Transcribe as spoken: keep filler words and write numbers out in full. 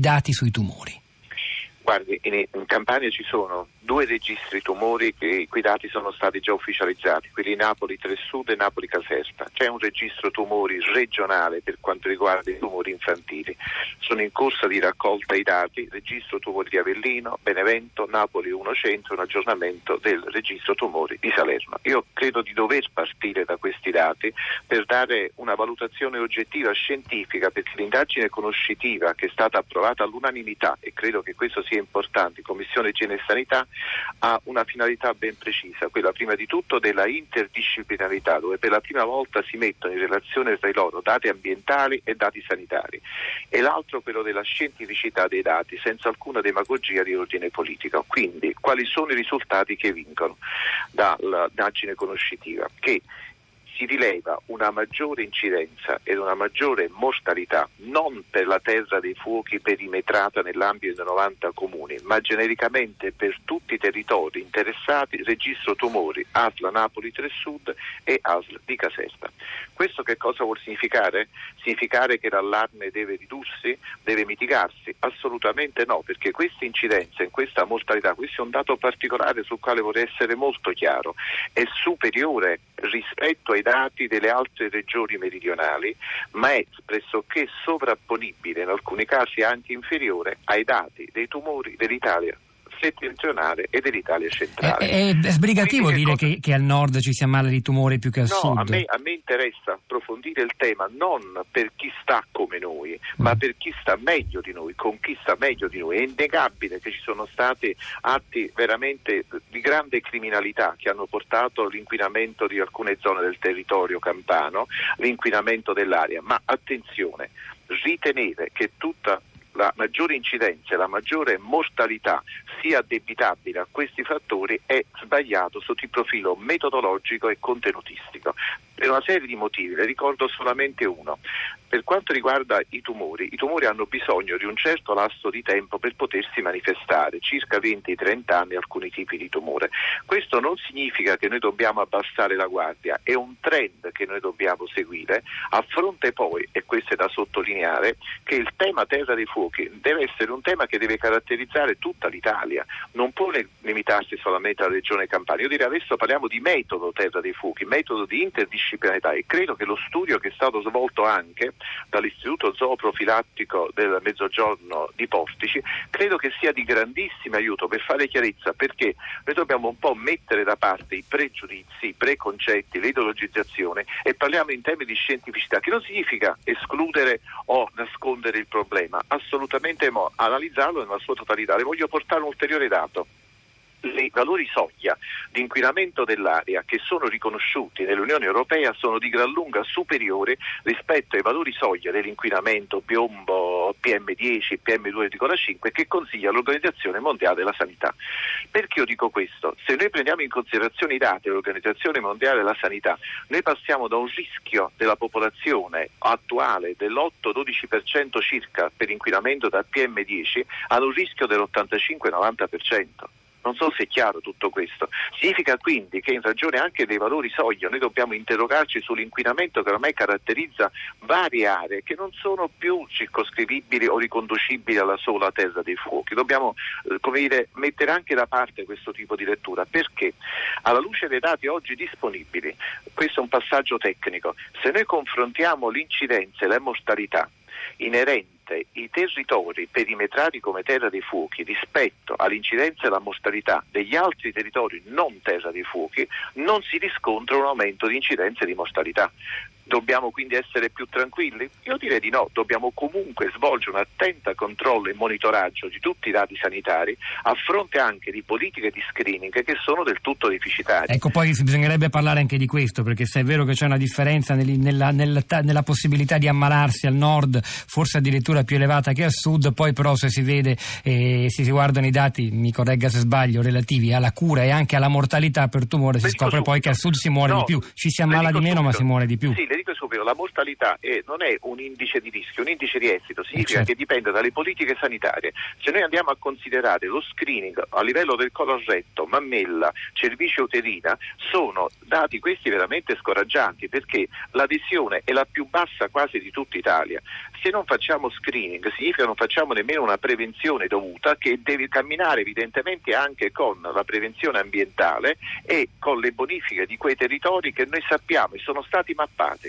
dati sui tumori? Guardi, in, in Campania ci sono due registri tumori che i cui dati sono stati già ufficializzati, quelli Napoli tre Sud e Napoli Caserta. C'è un registro tumori regionale per quanto riguarda i tumori infantili. Sono in corsa di raccolta i dati, registro tumori di Avellino, Benevento, Napoli uno Centro, un aggiornamento del registro tumori di Salerno. Io credo di dover partire da questi dati per dare una valutazione oggettiva, scientifica, perché l'indagine conoscitiva che è stata approvata all'unanimità, e credo che questo sia importante, Commissione Igiene e Sanità, ha una finalità ben precisa, quella prima di tutto della interdisciplinarità, dove per la prima volta si mettono in relazione tra loro dati ambientali e dati sanitari, e l'altro quello della scientificità dei dati, senza alcuna demagogia di ordine politico. Quindi, quali sono i risultati che vincono dall'indagine conoscitiva? Che si rileva una maggiore incidenza ed una maggiore mortalità non per la terra dei fuochi perimetrata nell'ambito dei novanta comuni, ma genericamente per tutti i territori interessati, registro tumori A S L Napoli tre Sud e A S L di Caserta. Questo che cosa vuol significare? Significare che l'allarme deve ridursi, deve mitigarsi? Assolutamente no, perché questa incidenza e questa mortalità, questo è un dato particolare sul quale vorrei essere molto chiaro, è superiore rispetto ai dati delle altre regioni meridionali, ma è pressoché sovrapponibile, in alcuni casi anche inferiore, ai dati dei tumori dell'Italia settentrionale e dell'Italia centrale. È, è sbrigativo Quindi, dire cosa... che, che al nord ci sia male di tumori più che al no, sud. A me, a me interessa approfondire il tema non per chi sta come noi, mm. ma per chi sta meglio di noi, con chi sta meglio di noi. È innegabile che ci sono stati atti veramente di grande criminalità che hanno portato all'inquinamento di alcune zone del territorio campano, l'inquinamento dell'aria, ma attenzione, ritenere che tutta la maggiore incidenza e la maggiore mortalità sia addebitabile a questi fattori è sbagliato sotto il profilo metodologico e contenutistico, per una serie di motivi. Le ricordo solamente uno. Per quanto riguarda i tumori, i tumori hanno bisogno di un certo lasso di tempo per potersi manifestare, circa venti trenta anni alcuni tipi di tumore. Questo non significa che noi dobbiamo abbassare la guardia, è un trend che noi dobbiamo seguire, a fronte poi, e questo è da sottolineare, che il tema terra dei fuochi deve essere un tema che deve caratterizzare tutta l'Italia, non può limitarsi solamente alla regione Campania. Io direi adesso parliamo di metodo terra dei fuochi, metodo di interdisciplinarità, e credo che lo studio che è stato svolto anche dall'Istituto Zooprofilattico del Mezzogiorno di Portici credo che sia di grandissimo aiuto per fare chiarezza, perché noi dobbiamo un po' mettere da parte i pregiudizi, i preconcetti, l'ideologizzazione, e parliamo in termini di scientificità, che non significa escludere o nascondere il problema, assolutamente no, analizzarlo nella sua totalità. Le voglio portare un ulteriore dato. I valori soglia di inquinamento dell'aria che sono riconosciuti nell'Unione Europea sono di gran lunga superiori rispetto ai valori soglia dell'inquinamento piombo P M dieci, P M due virgola cinque che consiglia l'Organizzazione Mondiale della Sanità. Perché io dico questo? Se noi prendiamo in considerazione i dati dell'Organizzazione Mondiale della Sanità, noi passiamo da un rischio della popolazione attuale dell'otto dodici per cento circa per inquinamento da P M dieci ad un rischio dell'ottantacinque novanta per cento. Non so se è chiaro tutto questo. Significa quindi che in ragione anche dei valori soglia noi dobbiamo interrogarci sull'inquinamento che ormai caratterizza varie aree che non sono più circoscrivibili o riconducibili alla sola terra dei fuochi. Dobbiamo eh, come dire, mettere anche da parte questo tipo di lettura, perché alla luce dei dati oggi disponibili, questo è un passaggio tecnico, se noi confrontiamo l'incidenza e la mortalità inerenti i territori perimetrati come terra dei fuochi rispetto all'incidenza e alla mortalità degli altri territori non terra dei fuochi, non si riscontra un aumento di incidenza e di mortalità. Dobbiamo quindi essere più tranquilli? Io direi di no, dobbiamo comunque svolgere un attento controllo e monitoraggio di tutti i dati sanitari a fronte anche di politiche di screening che sono del tutto deficitarie. Ecco, poi bisognerebbe parlare anche di questo, perché se è vero che c'è una differenza nel, nella, nella, nella possibilità di ammalarsi al nord, forse addirittura più elevata che al sud, poi però se si vede e eh, se si guardano i dati, mi corregga se sbaglio, relativi alla cura e anche alla mortalità per tumore, si scopre poi che al sud si muore no, di più, ci si ammala di meno subito. ma si muore di più. Sì, le dico subito, la mortalità è, non è un indice di rischio, un indice di esito, significa certo. che dipende dalle politiche sanitarie. Se noi andiamo a considerare lo screening a livello del colon retto, mammella, cervice uterina, sono dati questi veramente scoraggianti, perché l'adesione è la più bassa quasi di tutta Italia. Se non facciamo screening significa che non facciamo nemmeno una prevenzione dovuta, che deve camminare evidentemente anche con la prevenzione ambientale e con le bonifiche di quei territori che noi sappiamo e sono stati mappati.